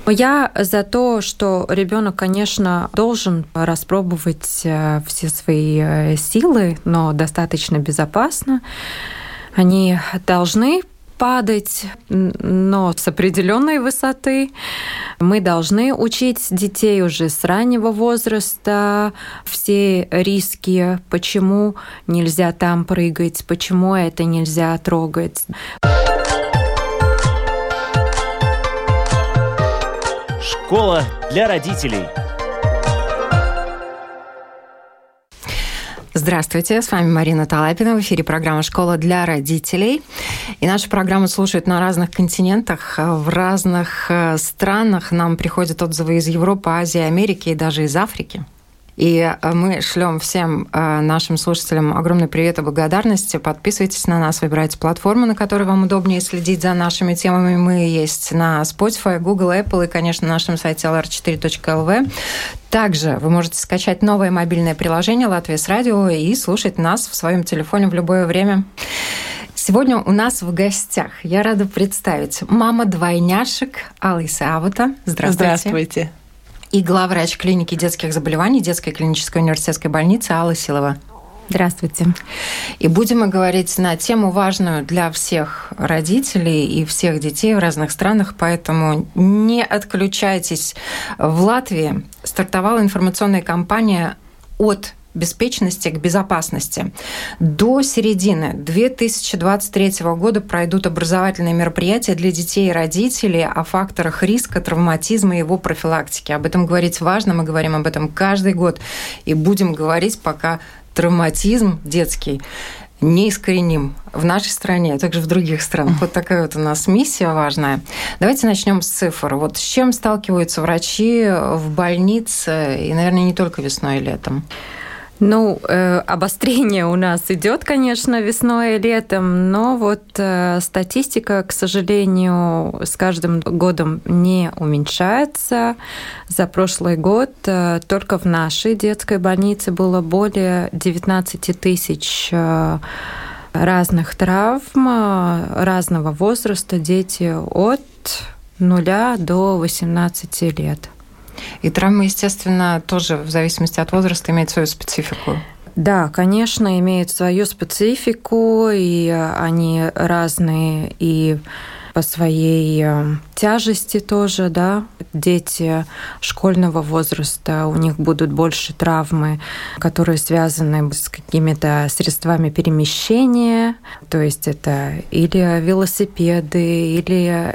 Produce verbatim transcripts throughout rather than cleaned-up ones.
Я за то, что ребенок, конечно, должен распробовать все свои силы, но достаточно безопасно. Они должны падать, но с определенной высоты. Мы должны учить детей уже с раннего возраста все риски, почему нельзя там прыгать, почему это нельзя трогать. Школа для родителей. Здравствуйте, с вами Марина Талапина. В эфире программа «Школа для родителей». И нашу программу слушают на разных континентах, в разных странах. Нам приходят отзывы из Европы, Азии, Америки и даже из Африки. И мы шлем всем нашим слушателям огромный привет и благодарность. Подписывайтесь на нас, выбирайте платформу, на которой вам удобнее следить за нашими темами. Мы есть на Spotify, Google, Apple и, конечно, на нашем сайте эл эр четыре точка эл ви. Также вы можете скачать новое мобильное приложение «Латвия с радио» и слушать нас в своем телефоне в любое время. Сегодня у нас в гостях, я рада представить, мама двойняшек Алиса Авута. Здравствуйте. Здравствуйте. И главврач клиники детских заболеваний детской клинической университетской больницы Алла Силова. Здравствуйте. И будем мы говорить на тему важную для всех родителей и всех детей в разных странах, поэтому не отключайтесь. В Латвии стартовала информационная кампания от беспечности к безопасности. До середины две тысячи двадцать третьего года пройдут образовательные мероприятия для детей и родителей о факторах риска, травматизма и его профилактики. Об этом говорить важно, мы говорим об этом каждый год. И будем говорить, пока травматизм детский не искореним в нашей стране, а также в других странах. Вот такая вот у нас миссия важная. Давайте начнем с цифр. Вот с чем сталкиваются врачи в больнице, и, наверное, не только весной и летом? Ну, э, обострение у нас идет, конечно, весной и летом, но вот э, статистика, к сожалению, с каждым годом не уменьшается. За прошлый год э, только в нашей детской больнице было более девятнадцать тысяч э, разных травм разного возраста, дети от нуля до восемнадцати лет. И травмы, естественно, тоже в зависимости от возраста имеют свою специфику. Да, конечно, имеют свою специфику, и они разные и по своей тяжести тоже, да. Дети школьного возраста, у них будут больше травмы, которые связаны с какими-то средствами перемещения, то есть это или велосипеды, или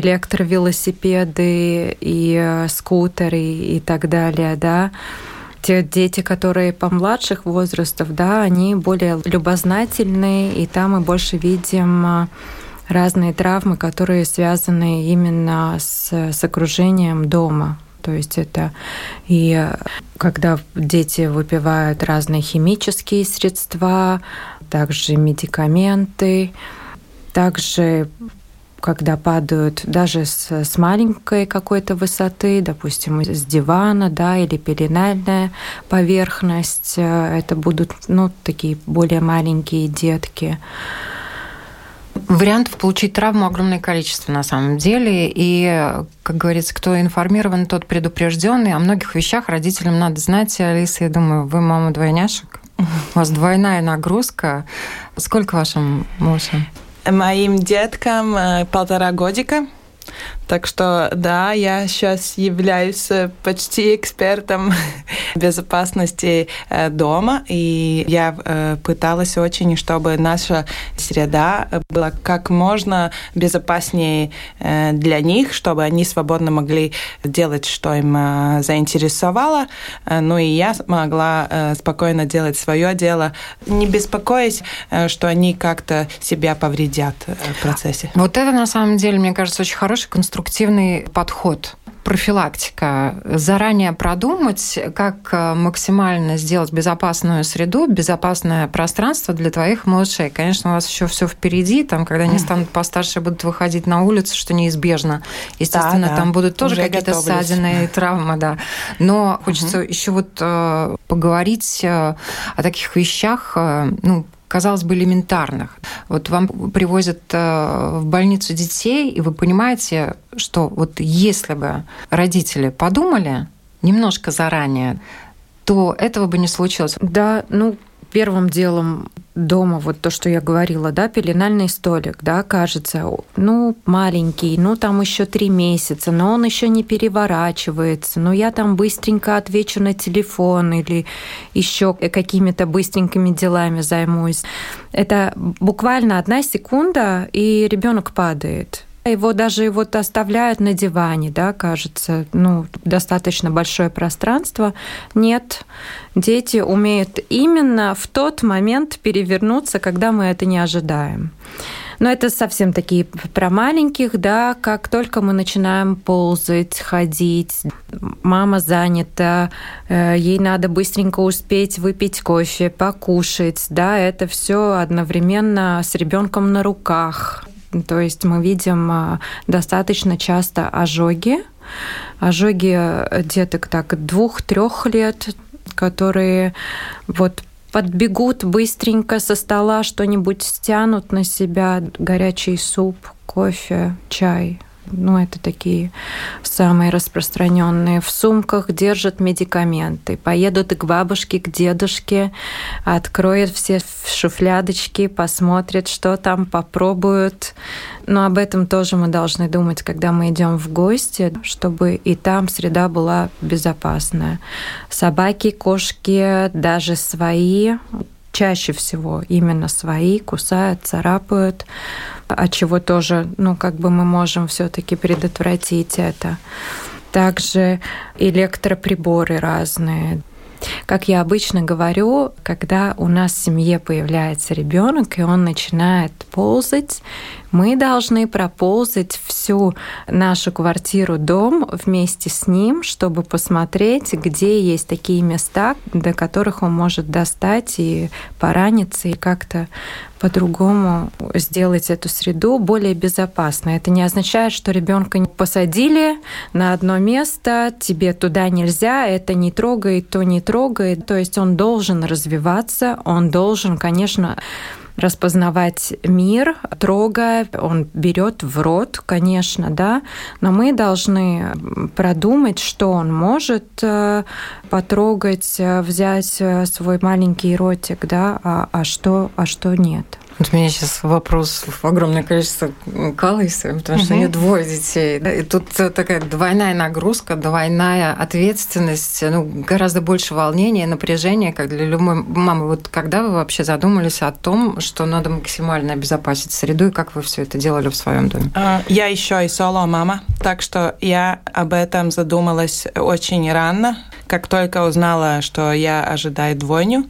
электровелосипеды, и скутеры, и так далее, да. Те дети, которые помладших возрастов, да, они более любознательные, и там мы больше видим разные травмы, которые связаны именно с, с окружением дома. То есть это и когда дети выпивают разные химические средства, также медикаменты, также когда падают даже с, с маленькой какой-то высоты, допустим, с дивана, да, или пеленальная поверхность, это будут, ну, такие более маленькие детки. Вариантов получить травму огромное количество на самом деле. И, как говорится, кто информирован, тот предупрежденный. О многих вещах родителям надо знать. Алиса, я думаю, вы мама двойняшек. У вас двойная нагрузка. Сколько вашим малышам? Моим деткам полтора годика. Так что, да, я сейчас являюсь почти экспертом безопасности дома, и я пыталась очень, чтобы наша среда была как можно безопаснее для них, чтобы они свободно могли делать, что им заинтересовало, ну и я могла спокойно делать свое дело, не беспокоясь, что они как-то себя повредят в процессе. Вот это, на самом деле, мне кажется, очень хороший конструктивный подход. Профилактика. Заранее продумать, как максимально сделать безопасную среду, безопасное пространство для твоих малышей. Конечно, у вас еще все впереди. Там, когда они станут постарше, будут выходить на улицу, что неизбежно. Естественно, да, да. Там будут тоже уже какие-то готовлюсь. Ссадины и травмы, да. Но хочется угу. еще вот поговорить о таких вещах, ну, казалось бы, элементарных. Вот вам привозят в больницу детей, и вы понимаете, что вот если бы родители подумали немножко заранее, то этого бы не случилось. Да, ну, первым делом дома, вот то, что я говорила, да, пеленальный столик, да, кажется, ну, маленький, ну, там еще три месяца, но он еще не переворачивается, но я там быстренько отвечу на телефон или еще какими-то быстренькими делами займусь. Это буквально одна секунда, и ребенок падает. Его даже вот оставляют на диване, да, кажется, ну, достаточно большое пространство. Нет, дети умеют именно в тот момент перевернуться, когда мы это не ожидаем. Но это совсем такие про маленьких, да, как только мы начинаем ползать, ходить, мама занята, ей надо быстренько успеть выпить кофе, покушать, да, это все одновременно с ребенком на руках. То есть мы видим достаточно часто ожоги, ожоги деток так двух-трех лет, которые вот подбегут быстренько со стола, что-нибудь стянут на себя, горячий суп, кофе, чай. Ну, это такие самые распространенные. В сумках держат медикаменты, поедут к бабушке, к дедушке, откроют все шуфлядочки, посмотрят, что там, попробуют. Но об этом тоже мы должны думать, когда мы идем в гости, чтобы и там среда была безопасная. Собаки, кошки, даже свои, чаще всего именно свои, кусают, царапают, от чего тоже, ну, как бы мы можем все-таки предотвратить это. Также электроприборы разные. Как я обычно говорю, когда у нас в семье появляется ребенок и он начинает ползать, мы должны проползать всю нашу квартиру, дом вместе с ним, чтобы посмотреть, где есть такие места, до которых он может достать и пораниться, и как-то по-другому сделать эту среду более безопасной. Это не означает, что ребенка посадили на одно место, тебе туда нельзя, это не трогай, то не трогай. То есть он должен развиваться, он должен, конечно, распознавать мир, трогая, он берет в рот, конечно, да, но мы должны продумать, что он может потрогать, взять свой маленький ротик, да, а, а что, а что нет. Вот у меня сейчас вопрос в огромное количество колыса, потому что у меня двое детей. И тут такая двойная нагрузка, двойная ответственность, ну, гораздо больше волнения, напряжения, как для любой мамы. Вот когда вы вообще задумались о том, что надо максимально обезопасить среду, и как вы все это делали в своем доме? Я еще и соло-мама, так что я об этом задумалась очень рано, как только узнала, что я ожидаю двойню.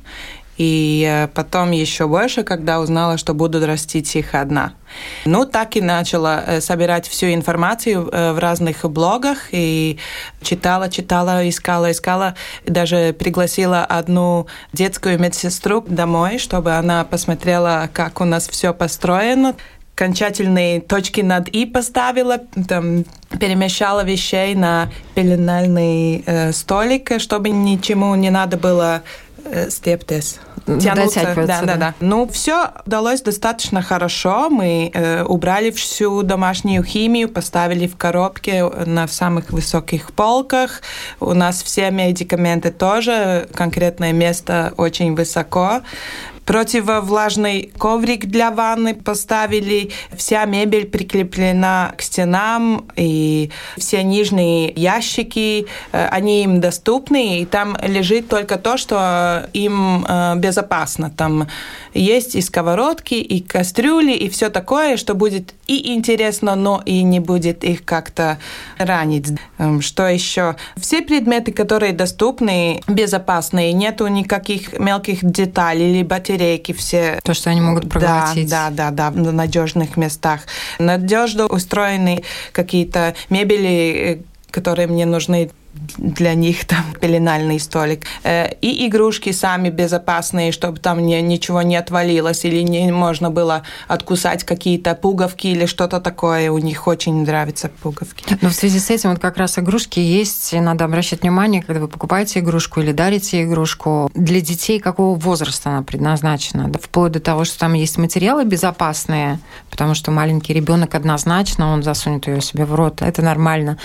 И потом еще больше, когда узнала, что буду растить их одна. Ну, так и начала собирать всю информацию в разных блогах. И читала, читала, искала, искала. Даже пригласила одну детскую медсестру домой, чтобы она посмотрела, как у нас все построено. Окончательные точки над «и» поставила, там, перемещала вещей на пеленальный э, столик, чтобы ничему не надо было стептес. Тянуться. Да, да, да, да. Ну, все удалось достаточно хорошо. Мы э, убрали всю домашнюю химию, поставили в коробки на самых высоких полках. У нас все медикаменты тоже, конкретное место очень высоко. Противовлажный коврик для ванны поставили. Вся мебель прикреплена к стенам, и все нижние ящики, они им доступны, и там лежит только то, что им безопасно. Там есть и сковородки, и кастрюли, и все такое, что будет и интересно, но и не будет их как-то ранить. Что еще? Все предметы, которые доступны, безопасные, нету никаких мелких деталей или батарей. Рейки все. То, что они могут проглотить. Да, да, да, да, в надежных местах. Надежно устроены какие-то мебели, которые мне нужны для них там пеленальный столик. И игрушки сами безопасные, чтобы там не, ничего не отвалилось или не можно было откусать какие-то пуговки или что-то такое. У них очень нравятся пуговки. Но в связи с этим вот как раз игрушки есть, и надо обращать внимание, когда вы покупаете игрушку или дарите игрушку, для детей какого возраста она предназначена. Вплоть до того, что там есть материалы безопасные, потому что маленький ребенок однозначно, он засунет ее себе в рот. Это нормально.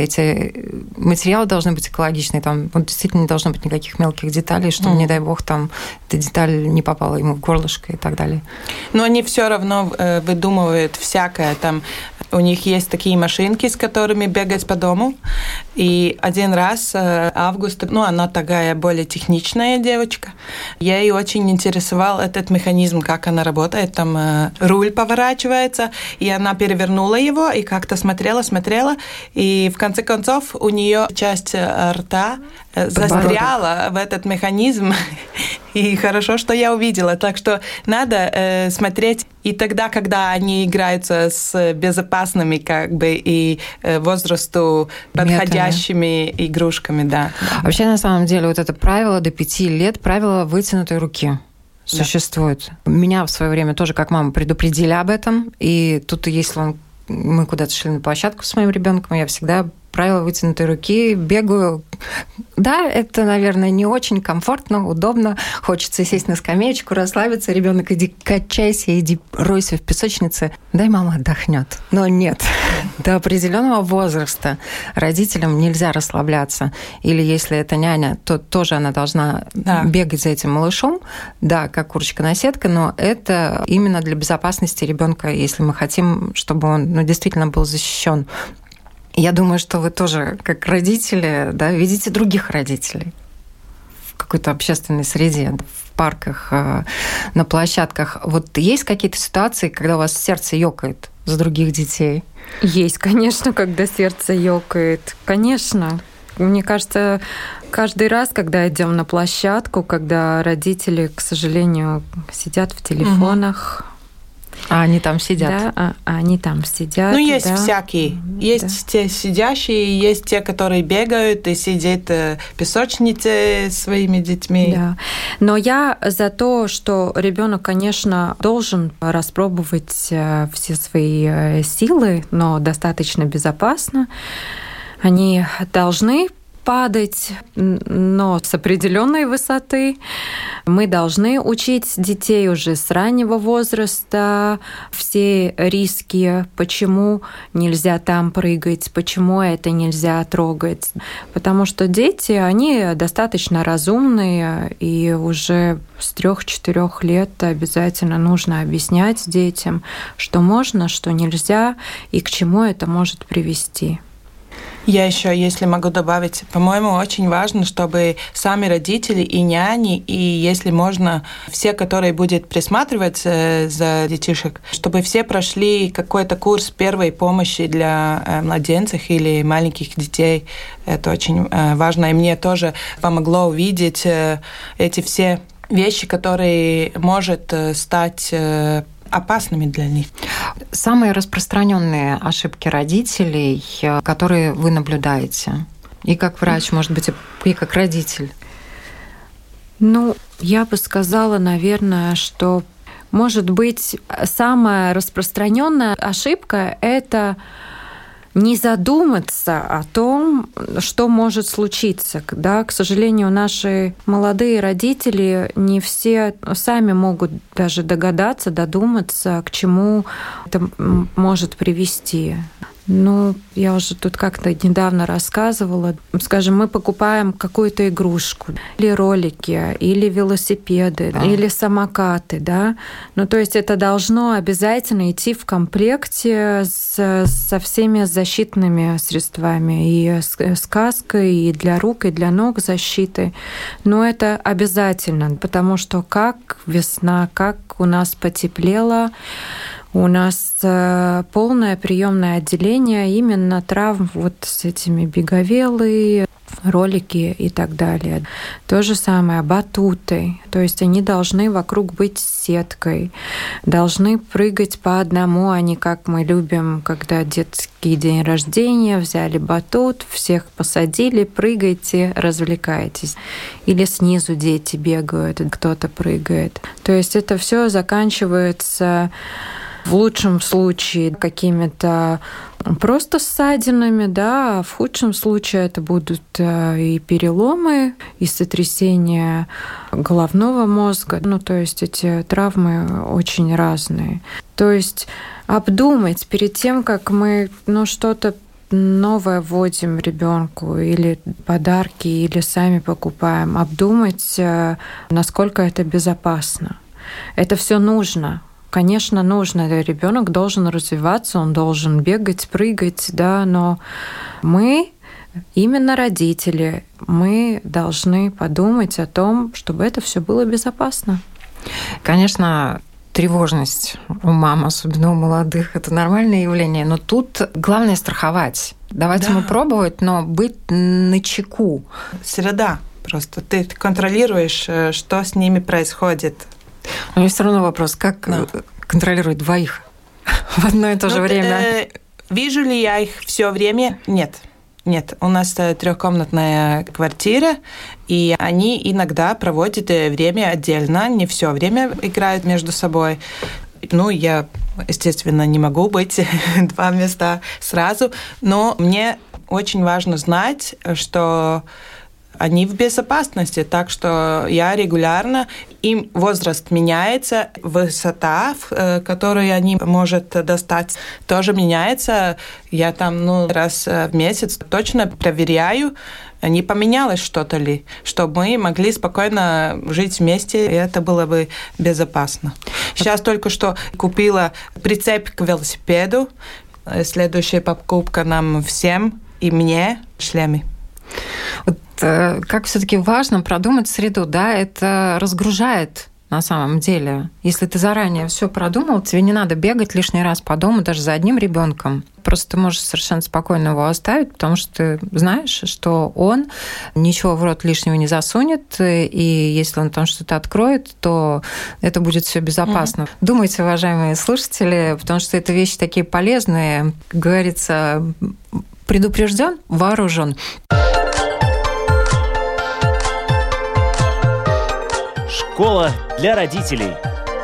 Эти материалы должны быть экологичные. Там вот, действительно не должно быть никаких мелких деталей, чтобы, mm. не дай бог, там эта деталь не попала ему в горлышко и так далее. Но они все равно э, выдумывают всякое. Там у них есть такие машинки, с которыми бегать по дому. И один раз э, Августа, ну, она такая более техничная девочка, ей очень интересовал этот механизм, как она работает. Там э, руль поворачивается, и она перевернула его и как-то смотрела, смотрела, и в конце концов у нее часть рта застряла в этот механизм. И хорошо, что я увидела. Так что надо э, смотреть и тогда, когда они играются с безопасными как бы и э, возрасту подходящими Метами. игрушками. Да. Вообще, на самом деле, вот это правило до пяти лет, правило вытянутой руки существует. Да. Меня в свое время тоже как мама предупредили об этом. И тут, если он, мы куда-то шли на площадку с моим ребенком, я всегда правило вытянутой руки, бегаю. Да, это, наверное, не очень комфортно, удобно. Хочется сесть на скамеечку, расслабиться. Ребенок, иди качайся, иди ройся в песочнице. Дай мама отдохнет. Но нет. До определенного возраста родителям нельзя расслабляться. Или если это няня, то тоже она должна да. бегать за этим малышом. Да, как курочка-наседка, но это именно для безопасности ребенка, если мы хотим, чтобы он ну, действительно был защищен. Я думаю, что вы тоже, как родители, да, видите других родителей в какой-то общественной среде, в парках, на площадках. Вот есть какие-то ситуации, когда у вас сердце ёкает за других детей? Есть, конечно, когда сердце ёкает. Конечно. Мне кажется, каждый раз, когда идем на площадку, когда родители, к сожалению, сидят в телефонах, угу. А они там сидят. Да, а, а они там сидят. Ну, есть да. всякие. Есть да. те сидящие, есть те, которые бегают и сидят в песочнице своими детьми. Да. Но я за то, что ребенок, конечно, должен распробовать все свои силы, но достаточно безопасно. Они должны падать, но с определенной высоты. Мы должны учить детей уже с раннего возраста все риски, почему нельзя там прыгать, почему это нельзя трогать. Потому что дети, они достаточно разумные, и уже с трех-четырех лет обязательно нужно объяснять детям, что можно, что нельзя, и к чему это может привести. Я еще, если могу добавить, по-моему, очень важно, чтобы сами родители и няни, и, если можно, все, которые будут присматривать за детишек, чтобы все прошли какой-то курс первой помощи для младенцев или маленьких детей. Это очень важно. И мне тоже помогло увидеть эти все вещи, которые может стать опасными для них. Самые распространенные ошибки родителей, которые вы наблюдаете, и как врач, может быть, и как родитель? Ну, я бы сказала, наверное, что, может быть, самая распространенная ошибка – это не задуматься о том, что может случиться. Да, к сожалению, наши молодые родители не все сами могут даже догадаться, додуматься, к чему это может привести. Ну, я уже тут как-то недавно рассказывала. Скажем, мы покупаем какую-то игрушку, или ролики, или велосипеды, да. или самокаты, да. Ну, то есть это должно обязательно идти в комплекте с, со всеми защитными средствами, и с, с каской, и для рук, и для ног защиты. Но это обязательно, потому что как весна, как у нас потеплело, У нас полное приемное отделение именно травм вот с этими беговелы, ролики и так далее. То же самое батуты. То есть они должны вокруг быть сеткой, должны прыгать по одному, а не как мы любим, когда детский день рождения, взяли батут, всех посадили, прыгайте, развлекайтесь. Или снизу дети бегают, кто-то прыгает. То есть это все заканчивается в лучшем случае какими-то просто ссадинами, да, а в худшем случае это будут и переломы, и сотрясение головного мозга. Ну, то есть эти травмы очень разные. То есть обдумать перед тем, как мы ну, что-то новое вводим ребенку или подарки, или сами покупаем, обдумать, насколько это безопасно. Это все нужно. Конечно, нужно. Ребенок должен развиваться, он должен бегать, прыгать, да, но мы, именно родители, мы должны подумать о том, чтобы это все было безопасно. Конечно, тревожность у мам, особенно у молодых, это нормальное явление, но тут главное страховать. Давайте да. мы пробовать, но быть начеку. Среда. Просто ты контролируешь, что с ними происходит. Но есть все равно вопрос, как да. контролировать двоих в одно и то же ну, время? Э, вижу ли я их все время? Нет. Нет, у нас трехкомнатная квартира, и они иногда проводят время отдельно, не все время играют между собой. Ну, я, естественно, не могу быть два места сразу, но мне очень важно знать, что они в безопасности, так что я регулярно, им возраст меняется, высота, которую они могут достать, тоже меняется. Я там ну, раз в месяц точно проверяю, не поменялось что-то ли, чтобы мы могли спокойно жить вместе, и это было бы безопасно. Сейчас только что купила прицеп к велосипеду. Следующая покупка нам всем и мне шлемы. Вот как все-таки важно продумать среду, да, это разгружает на самом деле. Если ты заранее все продумал, тебе не надо бегать лишний раз по дому даже за одним ребенком. Просто ты можешь совершенно спокойно его оставить, потому что ты знаешь, что он ничего в рот лишнего не засунет, и если он там что-то откроет, то это будет все безопасно. Mm-hmm. Думайте, уважаемые слушатели, потому что это вещи такие полезные. Как говорится, предупрежден, вооружен. Школа для родителей.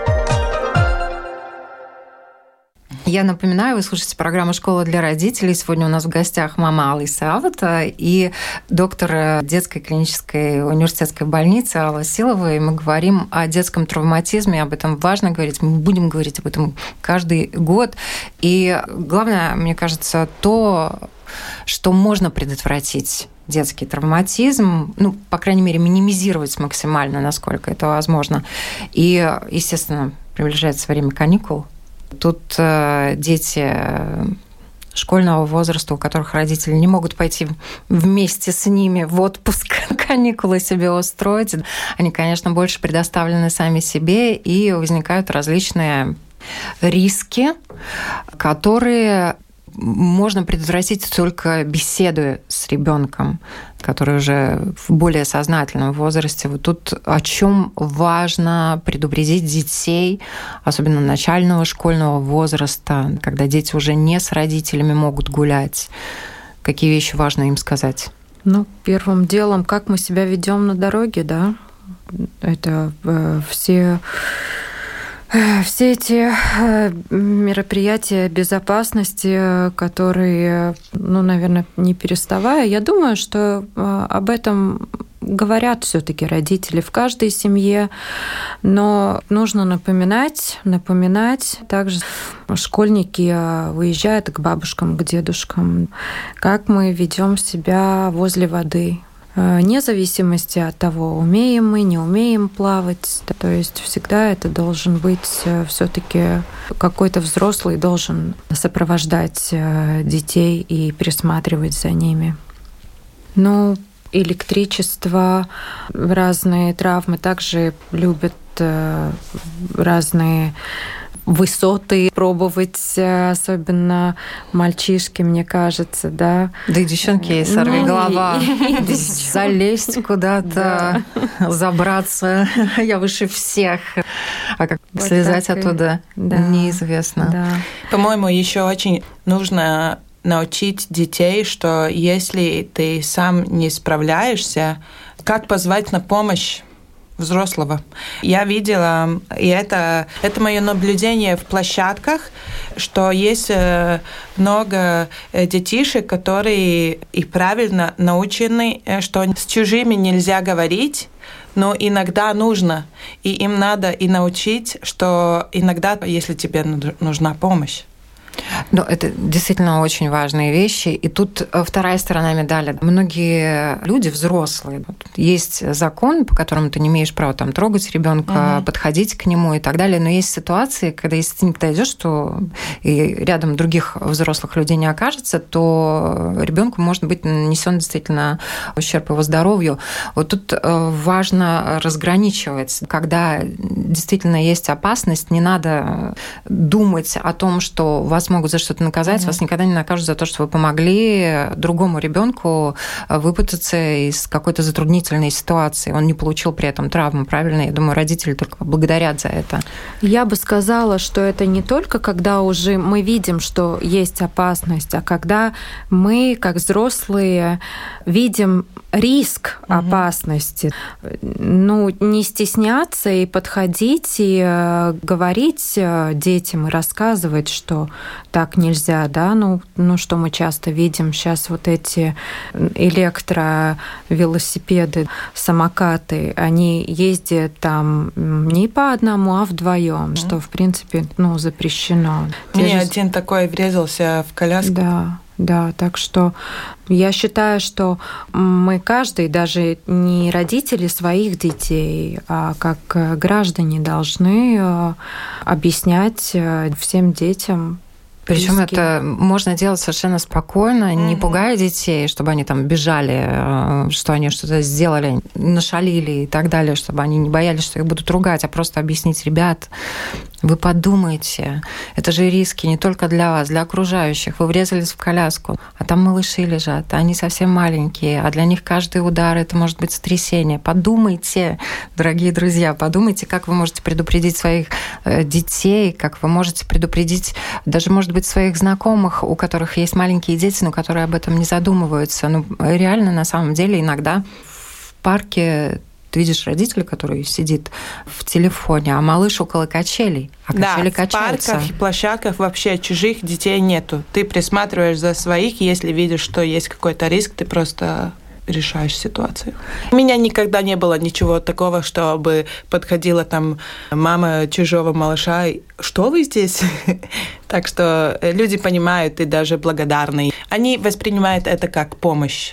Я напоминаю, вы слушаете программу «Школа для родителей». Сегодня у нас в гостях мама Аллы Савата и доктор детской клинической университетской больницы Алла Силова. И мы говорим о детском травматизме, об этом важно говорить. Мы будем говорить об этом каждый год. И главное, мне кажется, то, что можно предотвратить детский травматизм, ну, по крайней мере, минимизировать максимально, насколько это возможно. И, естественно, приближается время каникул. Тут э, дети школьного возраста, у которых родители не могут пойти вместе с ними в отпуск, каникулы себе устроить, они, конечно, больше предоставлены сами себе, и возникают различные риски, которые можно предотвратить только беседуя с ребенком, который уже в более сознательном возрасте. Вот тут о чем важно предупредить детей, особенно начального школьного возраста, когда дети уже не с родителями могут гулять. Какие вещи важно им сказать? Ну, первым делом, как мы себя ведем на дороге, да, это э, все... Все эти мероприятия безопасности, которые, ну, наверное, не переставая, я думаю, что об этом говорят все-таки родители в каждой семье, но нужно напоминать, напоминать. Также школьники выезжают к бабушкам, к дедушкам, как мы ведем себя возле воды. Вне зависимости от того, умеем мы, не умеем плавать. То есть всегда это должен быть все-таки какой-то взрослый должен сопровождать детей и присматривать за ними. Ну, электричество, разные травмы также любят разные высоты пробовать, особенно мальчишки, мне кажется, да. Да и девчонки, сорви голова, залезть куда-то, забраться, я выше всех. А как слезать оттуда, неизвестно. По-моему, еще очень нужно научить детей, что если ты сам не справляешься, как позвать на помощь взрослого. Я видела, и это, это мое наблюдение в площадках, что есть много детишек, которые и правильно научены, что с чужими нельзя говорить, но иногда нужно. И им надо и научить, что иногда, если тебе нужна помощь. Ну, это действительно очень важные вещи. И тут вторая сторона медали. Многие люди взрослые. Есть закон, по которому ты не имеешь права там трогать ребенка, угу. подходить к нему и так далее. Но есть ситуации, когда если ты не подойдешь, то и рядом других взрослых людей не окажется, то ребенку может быть нанесен действительно ущерб его здоровью. Вот тут важно разграничивать. Когда действительно есть опасность, не надо думать о том, что вас могут за что-то наказать, mm-hmm. вас никогда не накажут за то, что вы помогли другому ребенку выпутаться из какой-то затруднительной ситуации. Он не получил при этом травму, правильно? Я думаю, родители только поблагодарят за это. Я бы сказала, что это не только когда уже мы видим, что есть опасность, а когда мы, как взрослые, видим риск mm-hmm. опасности. Ну, не стесняться и подходить, и говорить детям, и рассказывать, что так нельзя, да, ну, ну что мы часто видим сейчас, вот эти электровелосипеды, самокаты, они ездят там не по одному, а вдвоем, mm-hmm. что, в принципе, ну, запрещено. Мне же... один такой врезался в коляску. Да. Да, так что я считаю, что мы каждый, даже не родители своих детей, а как граждане должны объяснять всем детям. Причем это можно делать совершенно спокойно, mm-hmm. не пугая детей, чтобы они там бежали, что они что-то сделали, нашалили и так далее, чтобы они не боялись, что их будут ругать, а просто объяснить: ребят, вы подумайте, это же риски не только для вас, для окружающих. Вы врезались в коляску, а там малыши лежат, они совсем маленькие, а для них каждый удар – это может быть сотрясение. Подумайте, дорогие друзья, подумайте, как вы можете предупредить своих детей, как вы можете предупредить даже, может быть, своих знакомых, у которых есть маленькие дети, но которые об этом не задумываются. Ну, реально, на самом деле, иногда в парке ты видишь родителя, который сидит в телефоне, а малыш около качелей, а качели да, качаются. В парках и площадках вообще чужих детей нету. Ты присматриваешь за своих, если видишь, что есть какой-то риск, ты просто решаешь ситуацию. У меня никогда не было ничего такого, чтобы подходила там мама чужого малыша, что вы здесь? Так что люди понимают и даже благодарны. Они воспринимают это как помощь.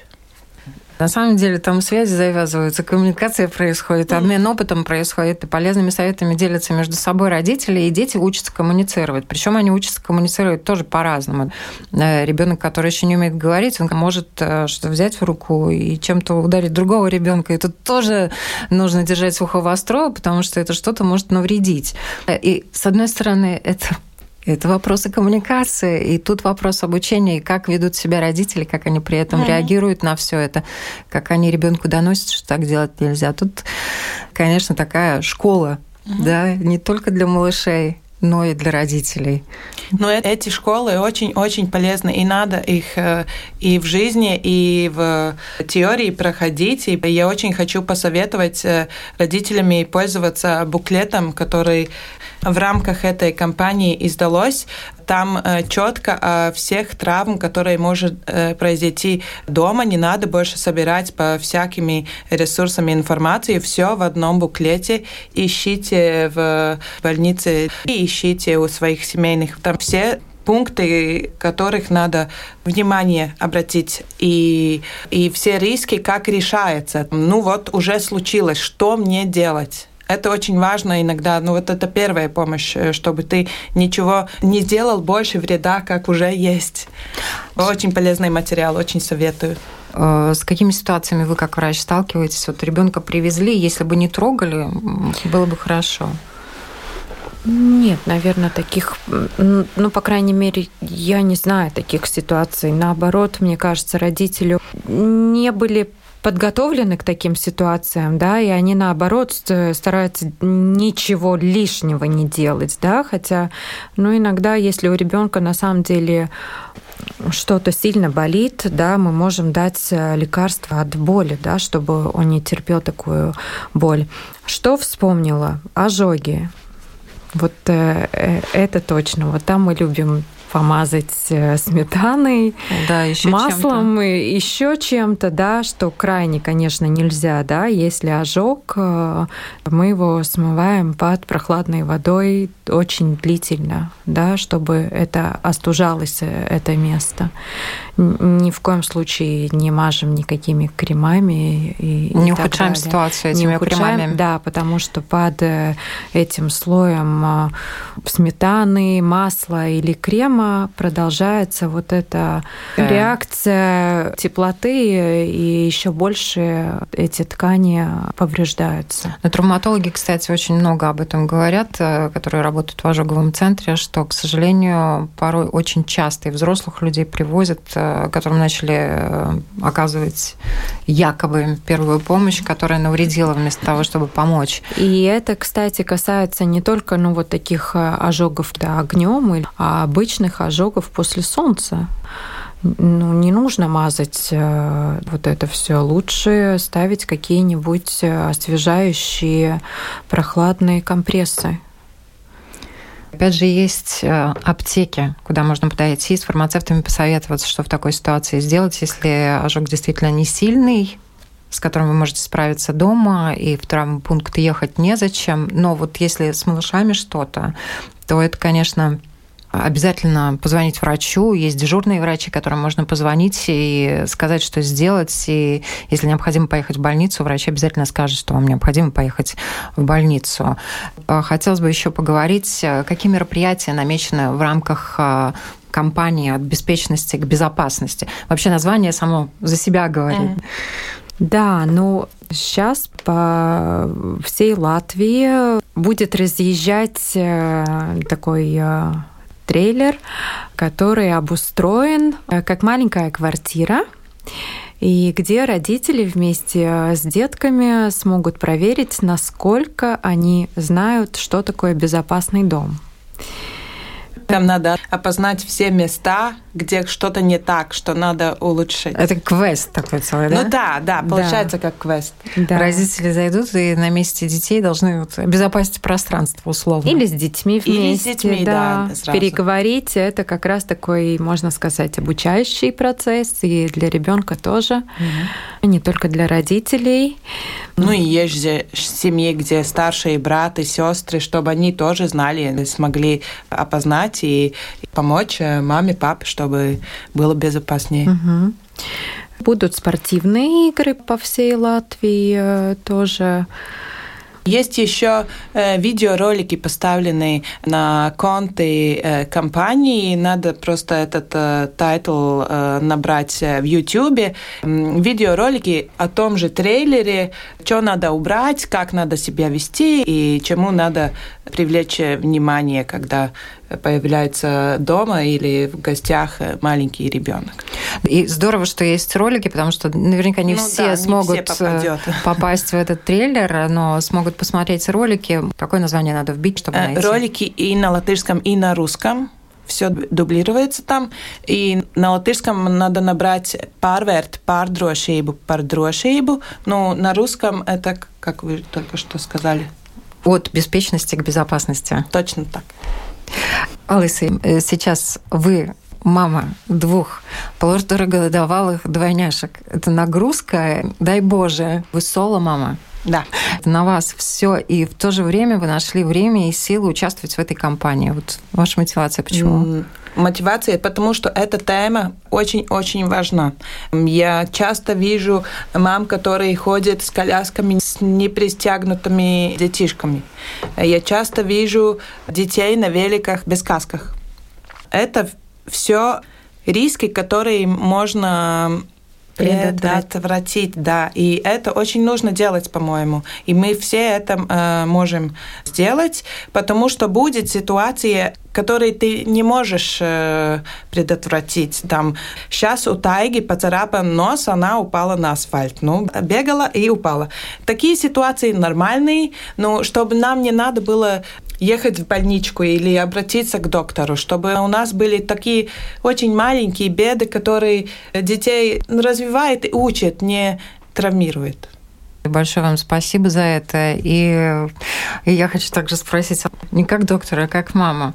На самом деле там связи завязываются, коммуникация происходит, обмен опытом происходит, и полезными советами делятся между собой родители, и дети учатся коммуницировать. Причем они учатся коммуницировать тоже по-разному. Ребенок, который еще не умеет говорить, он может что-то взять в руку и чем-то ударить другого ребенка. И тут тоже нужно держать ухо востро, потому что это что-то может навредить. И, с одной стороны, это Это вопросы коммуникации, и тут вопрос обучения, и как ведут себя родители, как они при этом mm-hmm. реагируют на все это, как они ребенку доносят, что так делать нельзя. Тут, конечно, такая школа, mm-hmm. да, не только для малышей, но и для родителей. Но эти школы очень-очень полезны, и надо их и в жизни, и в теории проходить. И я очень хочу посоветовать родителям пользоваться буклетом, который в рамках этой кампании издалось. Там четко о всех травм, которые может произойти дома. Не надо больше собирать по всякими ресурсами информации. Все в одном буклете. Ищите в больнице и ищите у своих семейных. Там все пункты, которых надо внимание обратить, и, и все риски, как решается. Ну вот, уже случилось, что мне делать? Это очень важно иногда. Ну вот это первая помощь, чтобы ты ничего не сделал больше вреда, как уже есть. Очень полезный материал, очень советую. С какими ситуациями вы, как врач, сталкиваетесь? Вот ребенка привезли, если бы не трогали, было бы хорошо. Нет, наверное, таких, ну, по крайней мере, я не знаю таких ситуаций. Наоборот, мне кажется, родители не были подготовлены к таким ситуациям, да, и они, наоборот, стараются ничего лишнего не делать, да, хотя, ну, иногда, если у ребенка на самом деле что-то сильно болит, да, мы можем дать лекарство от боли, да, чтобы он не терпел такую боль. Что вспомнила? Ожоги. Вот э, это точно. Вот там мы любим помазать сметаной, да, еще маслом и еще чем-то, да, что крайне, конечно, нельзя, да, если ожог, мы его смываем под прохладной водой очень длительно, да, чтобы это остужалось, это место. Ни в коем случае не мажем никакими кремами. И, не и ухудшаем так ситуацию этими не ухудшаем, кремами. Да, потому что под этим слоем сметаны, масла или крема продолжается вот эта да. реакция теплоты, и еще больше эти ткани повреждаются. Но травматологи, кстати, очень много об этом говорят, которые работают в ожоговом центре, что, к сожалению, порой очень часто и взрослых людей привозят, которым начали оказывать якобы первую помощь, которая навредила вместо того, чтобы помочь. И это, кстати, касается не только ну, вот таких ожогов да, огнем, а обычных ожогов после солнца. Ну, не нужно мазать вот это все. Лучше ставить какие-нибудь освежающие прохладные компрессы. Опять же, есть аптеки, куда можно подойти, с фармацевтами посоветоваться, что в такой ситуации сделать, если ожог действительно не сильный, с которым вы можете справиться дома, и в травмпункт ехать незачем. Но вот если с малышами что-то, то это, конечно, обязательно позвонить врачу. Есть дежурные врачи, которым можно позвонить и сказать, что сделать. И если необходимо поехать в больницу, врач обязательно скажет, что вам необходимо поехать в больницу. Хотелось бы еще поговорить, какие мероприятия намечены в рамках кампании «От беспечности к безопасности». Вообще название само за себя говорит. Да, ну сейчас по всей Латвии будет разъезжать такой трейлер, который обустроен как маленькая квартира, и где родители вместе с детками смогут проверить, насколько они знают, что такое безопасный дом. Там надо опознать все места, где что-то не так, что надо улучшить. Это квест такой целый, да? Ну да, да, получается да. как квест. Да. Родители зайдут и на месте детей должны вот обезопасить пространство условно. Или с детьми вместе. Или с детьми, да. да Переговорить, это как раз такой, можно сказать, обучающий процесс, и для ребенка тоже, угу. не только для родителей. Ну и есть же семьи, где старшие брат и сестры, чтобы они тоже знали, смогли опознать и помочь маме, папе, чтобы было безопаснее. Угу. Будут спортивные игры по всей Латвии тоже. Есть еще э, видеоролики, поставленные на конты э, компании. Надо просто этот э, тайтл э, набрать в Ютубе. Видеоролики о том же трейлере, что надо убрать, как надо себя вести и чему надо привлечь внимание, когда появляется дома или в гостях маленький ребенок. И здорово, что есть ролики, потому что наверняка не ну, все да, смогут не все попасть в этот трейлер, но смогут посмотреть ролики. Какое название надо вбить, чтобы найти? Ролики и на латышском, и на русском. Все дублируется там. И на латышском надо набрать «pārvērt pārdrošību par drošību». Ну, на русском это, как вы только что сказали. От беспечности к безопасности. Точно так. Алиса, сейчас вы мама двух полутораголодовалых двойняшек. Это нагрузка, дай Боже. Вы соло-мама. Да. Это на вас все, и в то же время вы нашли время и силы участвовать в этой кампании. Вот ваша мотивация почему? Мотивация, потому что эта тема очень-очень важна. Я часто вижу мам, которые ходят с колясками, с непристегнутыми детишками. Я часто вижу детей на великах без касках. Это все риски, которые можно предотвратить, да. И это очень нужно делать, по-моему. И мы все это э, можем сделать, потому что будет ситуация, которые ты не можешь э, предотвратить. Там, сейчас у Тайги поцарапан нос, она упала на асфальт. Ну, бегала и упала. Такие ситуации нормальные, но чтобы нам не надо было ехать в больничку или обратиться к доктору, чтобы у нас были такие очень маленькие беды, которые детей развивают и учат, не травмируют. Большое вам спасибо за это. И, и я хочу также спросить, не как доктора, а как мама.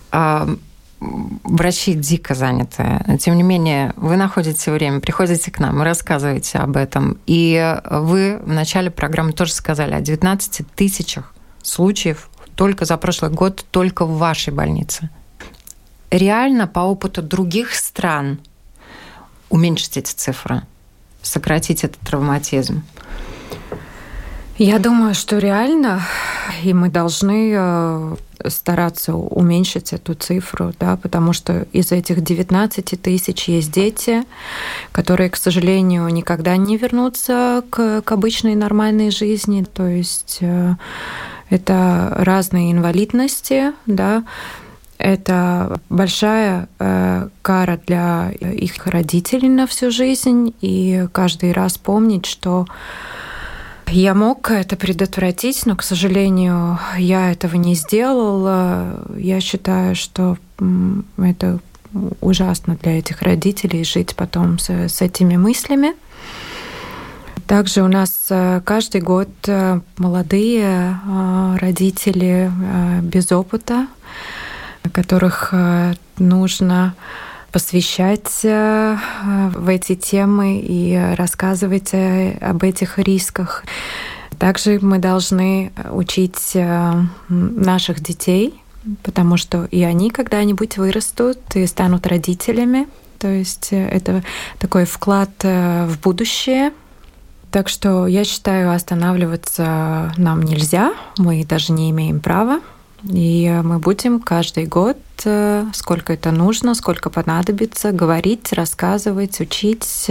Врачи дико заняты. Тем не менее, вы находите время, приходите к нам и рассказываете об этом. И вы в начале программы тоже сказали о девятнадцати тысячах случаев только за прошлый год, только в вашей больнице. Реально, по опыту других стран, уменьшить эти цифры, сократить этот травматизм? Я думаю, что реально, и мы должны стараться уменьшить эту цифру, да, потому что из этих девятнадцати тысяч есть дети, которые, к сожалению, никогда не вернутся к, к обычной нормальной жизни. То есть это разные инвалидности, да, это большая э, кара для их родителей на всю жизнь, и каждый раз помнить, что я мог это предотвратить, но, к сожалению, я этого не сделала. Я считаю, что это ужасно для этих родителей жить потом с, с этими мыслями. Также у нас каждый год молодые родители без опыта, которых нужно посвящать в эти темы и рассказывать об этих рисках. Также мы должны учить наших детей, потому что и они когда-нибудь вырастут и станут родителями. То есть это такой вклад в будущее. Так что я считаю, останавливаться нам нельзя, мы даже не имеем права. И мы будем каждый год, сколько это нужно, сколько понадобится, говорить, рассказывать, учить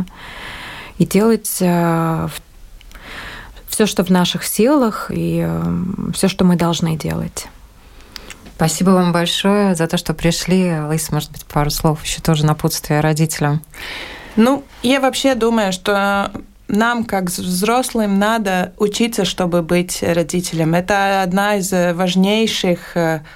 и делать все, что в наших силах, и все, что мы должны делать. Спасибо вам большое за то, что пришли. Лариса, может быть, пару слов еще тоже напутствие родителям. Ну, я вообще думаю, что нам, как взрослым, надо учиться, чтобы быть родителем. Это одна из важнейших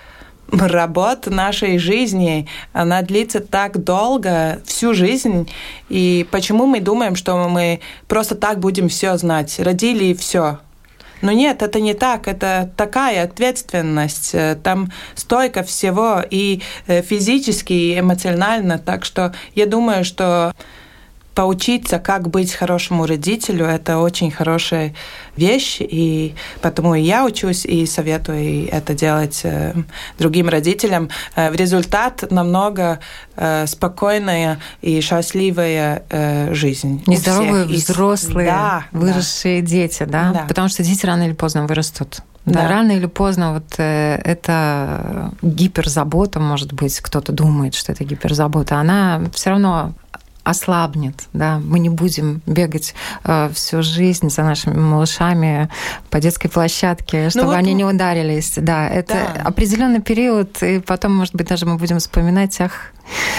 работ нашей жизни. Она длится так долго, всю жизнь. И почему мы думаем, что мы просто так будем все знать? Родили и все. Но нет, это не так. Это такая ответственность. Там столько всего и физически, и эмоционально. Так что я думаю, что поучиться, как быть хорошему родителю, это очень хорошая вещь, и потому и я учусь, и советую это делать другим родителям. В результат намного спокойная и счастливая жизнь. Нездоровые взрослые, да, выросшие да. дети, да? да? Потому что дети рано или поздно вырастут. Да, да, рано или поздно вот э, эта гиперзабота, может быть, кто-то думает, что это гиперзабота, она все равно ослабнет, да, мы не будем бегать э, всю жизнь за нашими малышами по детской площадке, чтобы ну вот они не ударились, да, это да. определенный период, и потом, может быть, даже мы будем вспоминать, ах,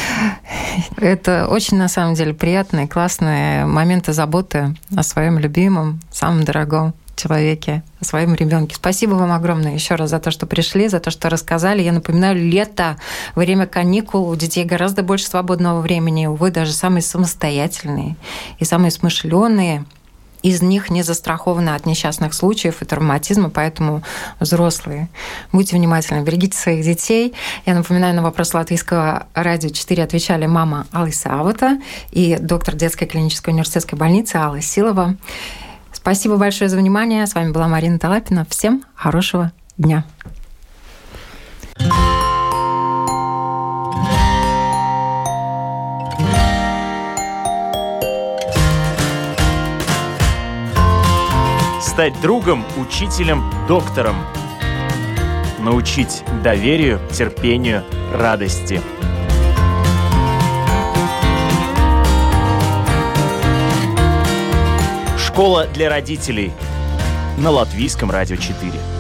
это очень, на самом деле, приятные, классные моменты заботы о своем любимом, самом дорогом человеке, о своем ребенке. Спасибо вам огромное еще раз за то, что пришли, за то, что рассказали. Я напоминаю, лето, время каникул, у детей гораздо больше свободного времени. Увы, даже самые самостоятельные и самые смышленые из них не застрахованы от несчастных случаев и травматизма, поэтому взрослые, будьте внимательны, берегите своих детей. Я напоминаю, на вопрос Латвийского радио четыре отвечали мама Алиса Авата и доктор детской клинической университетской больницы Алла Силова. Спасибо большое за внимание. С вами была Марина Талапина. Всем хорошего дня. Стать другом, учителем, доктором. Научить доверию, терпению, радости. Школа для родителей на Латвийском радио четыре.